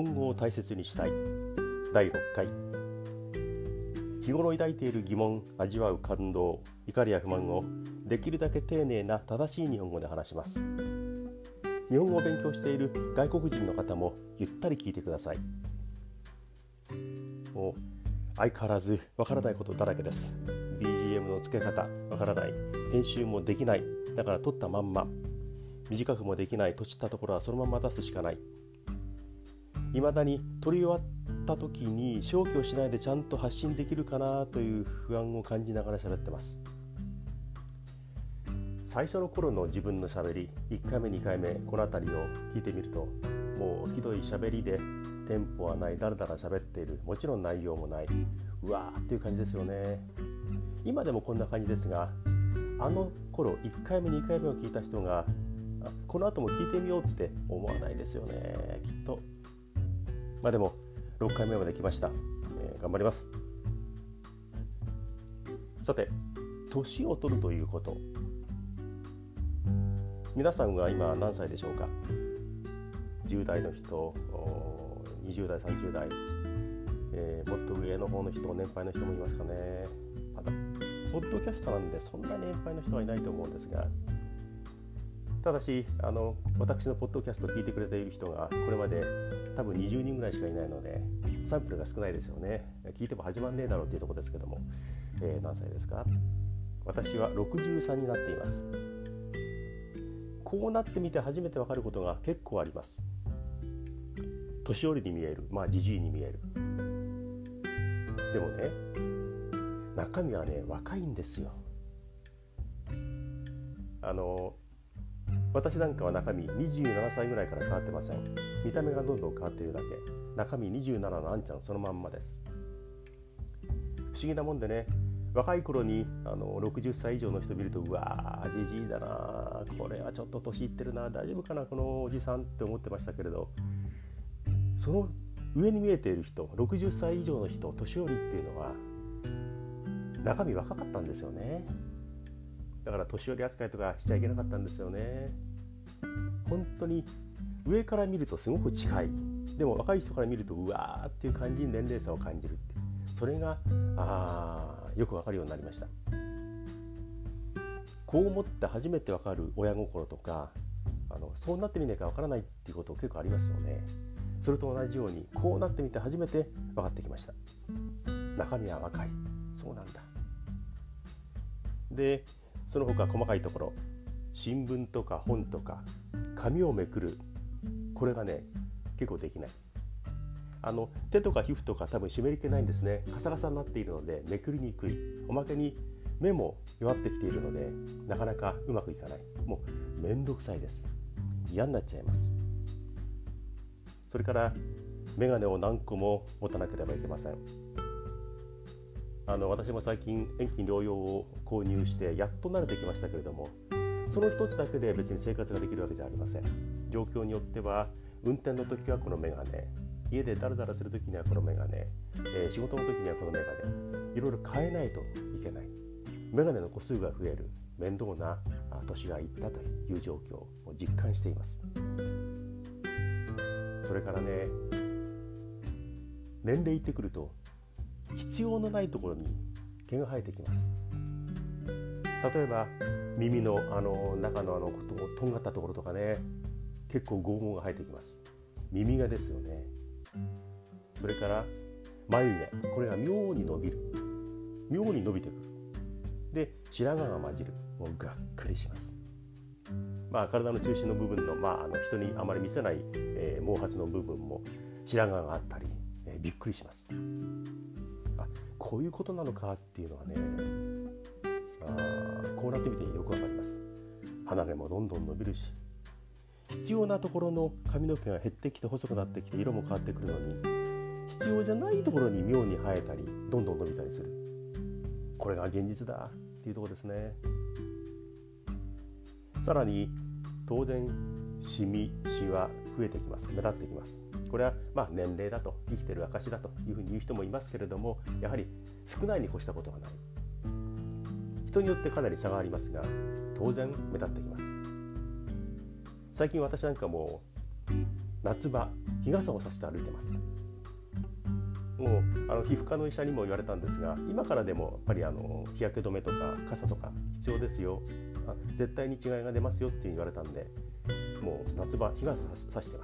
本語を大切にしたい第6回。日頃抱いている疑問、味わう感動、怒りや不満をできるだけ丁寧な正しい日本語で話します。日本語を勉強している外国人の方もゆったり聞いてください。もう相変わらずわからないことだらけです。 BGM の付け方わからない、編集もできない、だから撮ったまんま、短くもできない、閉じたところはそのまま出すしかない。未だに撮り終わった時に消去しないでちゃんと発信できるかなという不安を感じながら喋ってます。最初の頃の自分の喋り、1回目2回目この辺りを聞いてみると、もうひどい喋りでテンポはない、だらだら喋っている、もちろん内容もない、うわーっていう感じですよね。今でもこんな感じですが、あの頃1回目2回目を聞いた人がこの後も聞いてみようって思わないですよね、きっと。でも6回目まで来ました。頑張ります。さて、年を取るということ、皆さんは今何歳でしょうか。10代の人、20代30代、もっと上の方の人、年配の人もいますかね。まだポッドキャストなんでそんなに年配の人はいないと思うんですが、ただし私のポッドキャストを聞いてくれている人がこれまで多分20人ぐらいしかいないので、サンプルが少ないですよね。聞いても始まんねえだろうというところですけども、何歳ですか。私は63になっています。こうなってみて初めて分かることが結構あります。年寄りに見える、じじいに見える。でもね、中身はね、若いんですよ。私なんかは中身27歳ぐらいから変わってません。見た目がどんどん変わっているだけ。中身27のあんちゃんそのまんまです。不思議なもんでね、若い頃に60歳以上の人見ると、うわーじじいだな、これはちょっと年いってるな、大丈夫かなこのおじさんって思ってましたけれど、その上に見えている人、60歳以上の人、年寄りっていうのは中身若かったんですよね。だから年寄り扱いとかしちゃいけなかったんですよね。本当に上から見るとすごく近い、でも若い人から見るとうわーっていう感じに年齢差を感じるって、それがよくわかるようになりました。こう思って初めてわかる親心とか、そうなってみないかわからないっていうこと結構ありますよね。それと同じように、こうなってみて初めて分かってきました。中身は若い、そうなんだ。で、その他細かいところ、新聞とか本とか紙をめくる、これがね結構できない。手とか皮膚とか多分湿り気ないんですね。カサカサになっているのでめくりにくい。おまけに目も弱ってきているのでなかなかうまくいかない。もうめんどくさいです。嫌になっちゃいます。それからメガネを何個も持たなければいけません。私も最近遠近療養を購入してやっと慣れてきましたけれども、その一つだけで別に生活ができるわけじゃありません。状況によっては運転の時はこのメガネ、家でダラダラする時にはこのメガネ、仕事の時にはこのメガネ、いろいろ変えないといけない。メガネの個数が増える面倒な年がいったという状況を実感しています。それからね、年齢いってくると必要のないところに毛が生えてきます。例えば耳の中のとんがったところとかね、結構剛毛が生えてきます。耳がですよね。それから眉毛、これが妙に伸びる、妙に伸びてくる。で、白髪が混じる、もうがっくりします。体の中心の部分の、人にあまり見せない、毛髪の部分も白髪があったり、びっくりします。こういうことなのかっていうのはね、こうなってみてよくわかります。鼻毛もどんどん伸びるし、必要なところの髪の毛が減ってきて細くなってきて色も変わってくるのに、必要じゃないところに妙に生えたりどんどん伸びたりする。これが現実だっていうところですね。さらに当然シミ、シワ増えてきます。目立ってきます。これは年齢だと、生きてる証だというふうに言う人もいますけれども、やはり少ないに越したことがない。人によってかなり差がありますが、当然目立ってきます。最近私なんかも夏場日傘を差して歩いてます。もう皮膚科の医者にも言われたんですが、今からでもやっぱり日焼け止めとか傘とか必要ですよ、絶対に違いが出ますよって言われたんで、もう夏場日傘差してます。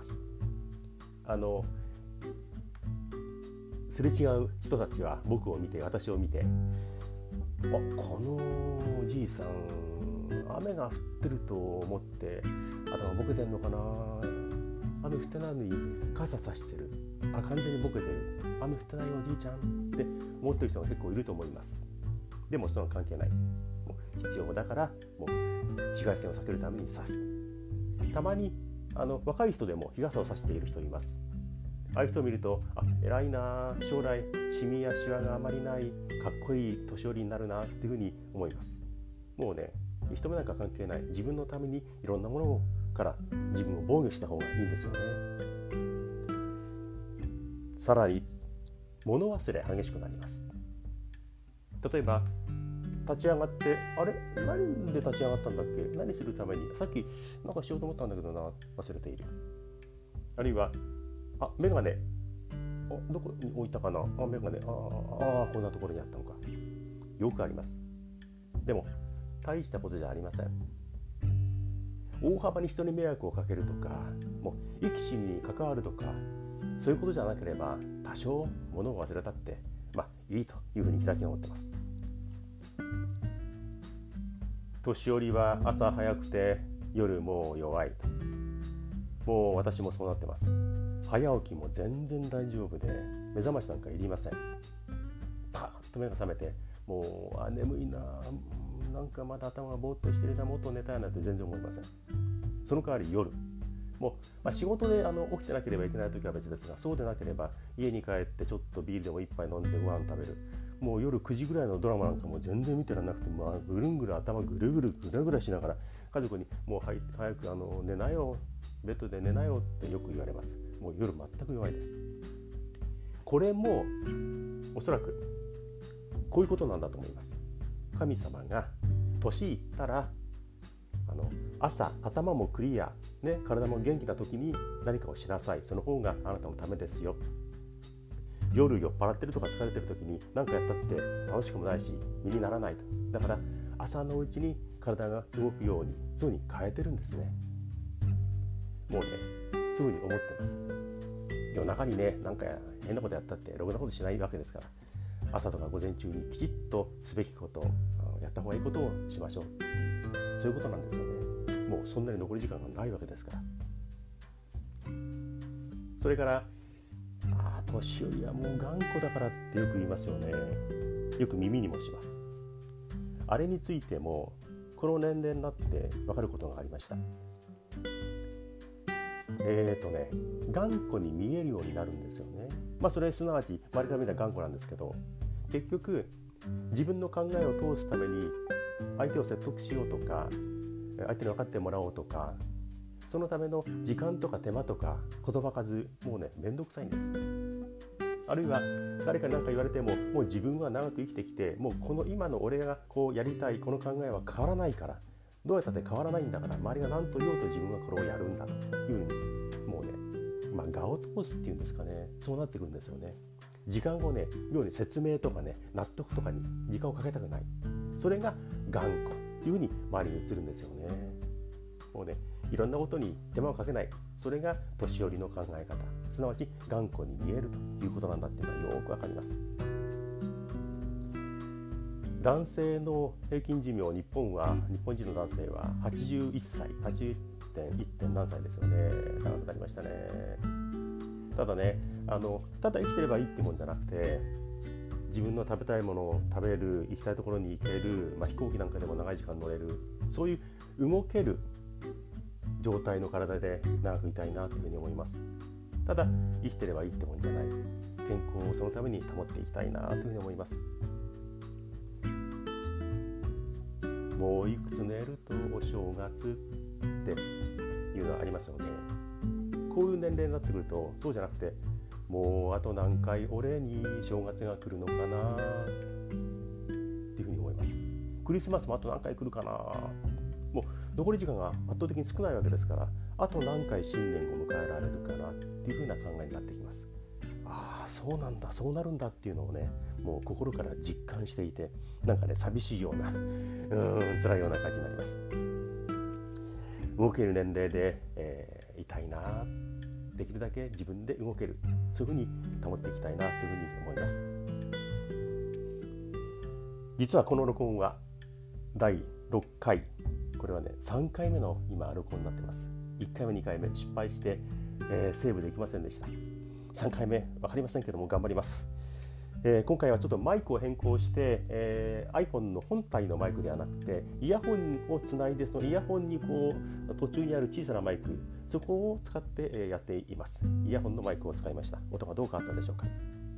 すれ違う人たちは僕を見て、私を見て、このおじいさん雨が降ってると思って頭ボケてんのかな、雨降ってないのに傘差してる、完全にボケてる、雨降ってないよおじいちゃんって思ってる人が結構いると思います。でもその関係ない、もう必要だからもう紫外線を避けるために差す。たまに若い人でも日傘を差している人います。ああいう人を見ると、偉いな、将来シミやシワがあまりないかっこいい年寄りになるなっていうふうに思います。もうね、人目なんか関係ない、自分のためにいろんなものから自分を防御した方がいいんですよね。さらに物忘れ激しくなります。例えば立ち上がって、何で立ち上がったんだっけ、何するために、さっきなんかしようと思ったんだけどな、忘れている。あるいはメガネどこに置いたかな、メガネこんなところにあったのか、よくあります。でも大したことじゃありません。大幅に人に迷惑をかけるとか、もう生き死に関わるとか、そういうことじゃなければ多少物を忘れたっていいというふうに開き直ってます。年寄りは朝早くて夜もう弱いと、もう私もそうなってます。早起きも全然大丈夫で、目覚ましなんかいりません。パーッと目が覚めて、もう眠いな、なんかまだ頭がぼーっとしてるな、もっと寝たいなって全然思いません。その代わり夜もう、仕事で起きてなければいけない時は別ですが、そうでなければ家に帰ってちょっとビールでも一杯飲んでご飯食べる。もう夜9時ぐらいのドラマなんかも全然見てらなくて、ぐるんぐる頭ぐるぐるぐらぐらしながら家族にもう早く寝なよ、ベッドで寝なよってよく言われます。もう夜全く弱いです。これもおそらくこういうことなんだと思います。神様が年いったら朝頭もクリア、体も元気な時に何かをしなさい、その方があなたのためですよ。夜酔っ払ってるとか疲れてる時に何かやったって楽しくもないし身にならないと。だから朝のうちに体が動くように、そういう風に変えてるんですね。もうね、そういうふうに思ってます。夜中にね、なんか変なことやったってろくなことしないわけですから、朝とか午前中にきちっとすべきことをやった方がいいことをしましょうっていう、そういうことなんですよね。もうそんなに残り時間がないわけですから。それから年寄りはもう頑固だからってよく言いますよね。よく耳にもします。あれについてもこの年齢になって分かることがありました。頑固に見えるようになるんですよね。それすなわち周りから見たら頑固なんですけど、結局自分の考えを通すために相手を説得しようとか、相手に分かってもらおうとか、そのための時間とか手間とか言葉数、もうね、めんどくさいんです。あるいは誰かに何か言われても、もう自分は長く生きてきて、もうこの今の俺がこうやりたいこの考えは変わらないから、どうやったって変わらないんだから、周りが何と言おうと自分はこれをやるんだというふうに、もうね、我を通すっていうんですかね、そうなってくるんですよね。時間をね、妙に説明とかね、納得とかに時間をかけたくない、それが頑固っていうふうに周りに映るんですよね。もうね、いろんなことに手間をかけない、それが年寄りの考え方、すなわち頑固に見えるということなんだっていうのはよくわかります。男性の平均寿命、日本人の男性は81歳、80.1. 何歳ですよね。長くなりましたね。ただね、ただ生きてればいいってもんじゃなくて、自分の食べたいものを食べる、行きたいところに行ける、飛行機なんかでも長い時間乗れる、そういう動ける状態の体で長くいたいなというふうに思います。ただ生きてればいいってもんじゃない、健康をそのために保っていきたいなというふうに思います。もういくつ寝るとお正月っていうのはありますよね。こういう年齢になってくるとそうじゃなくて、もうあと何回俺に正月が来るのかなっていうふうに思います。クリスマスもあと何回来るかな、もう残り時間が圧倒的に少ないわけですから、あと何回新年を迎えられるかなっていうふうな考えになってきます。ああ、そうなんだ、そうなるんだっていうのをね、もう心から実感していて、なんかね、寂しいような辛いような感じになります。動ける年齢で、いたいな、できるだけ自分で動ける、そういうふうに保っていきたいなというふうに思います。実はこの録音は第6回、これはね3回目の今録音になっています。1回目2回目失敗して、セーブできませんでした。3回目分かりませんけども頑張ります。今回はちょっとマイクを変更して、iPhone の本体のマイクではなくてイヤホンをつないで、そのイヤホンにこう途中にある小さなマイク、そこを使って、やっています。イヤホンのマイクを使いました。音がどう変わったでしょうか。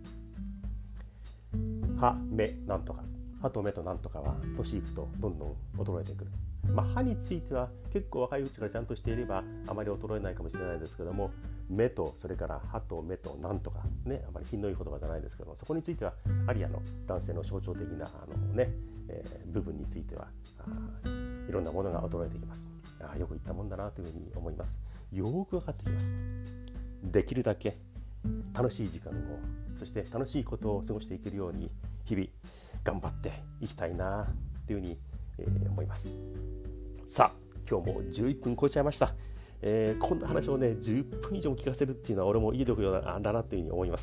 歯、目、なんとか、歯と目となんとかは年いくとどんどん衰えてくる。歯については結構若いうちからちゃんとしていればあまり衰えないかもしれないですけども、目とそれから歯と目となんとかね、あまり品のいい言葉じゃないですけども、そこについてはアリアの男性の象徴的な部分についてはいろんなものが衰えてきます。よく言ったもんだなというふうに思います。よく分かってきます。できるだけ楽しい時間を、そして楽しいことを過ごしていけるように日々頑張っていきたいなというふうに、思います。さあ、今日も11分超えちゃいました。こんな話をね10分以上も聞かせるっていうのは俺もいいところだなというふうに思います。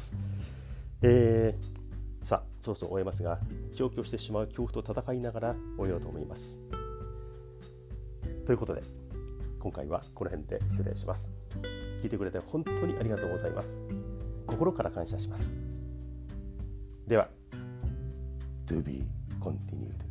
さあ、そろそろ終えますが、消去してしまう恐怖と戦いながら終えようと思います。ということで今回はこの辺で失礼します。聞いてくれて本当にありがとうございます。心から感謝します。では To be continued。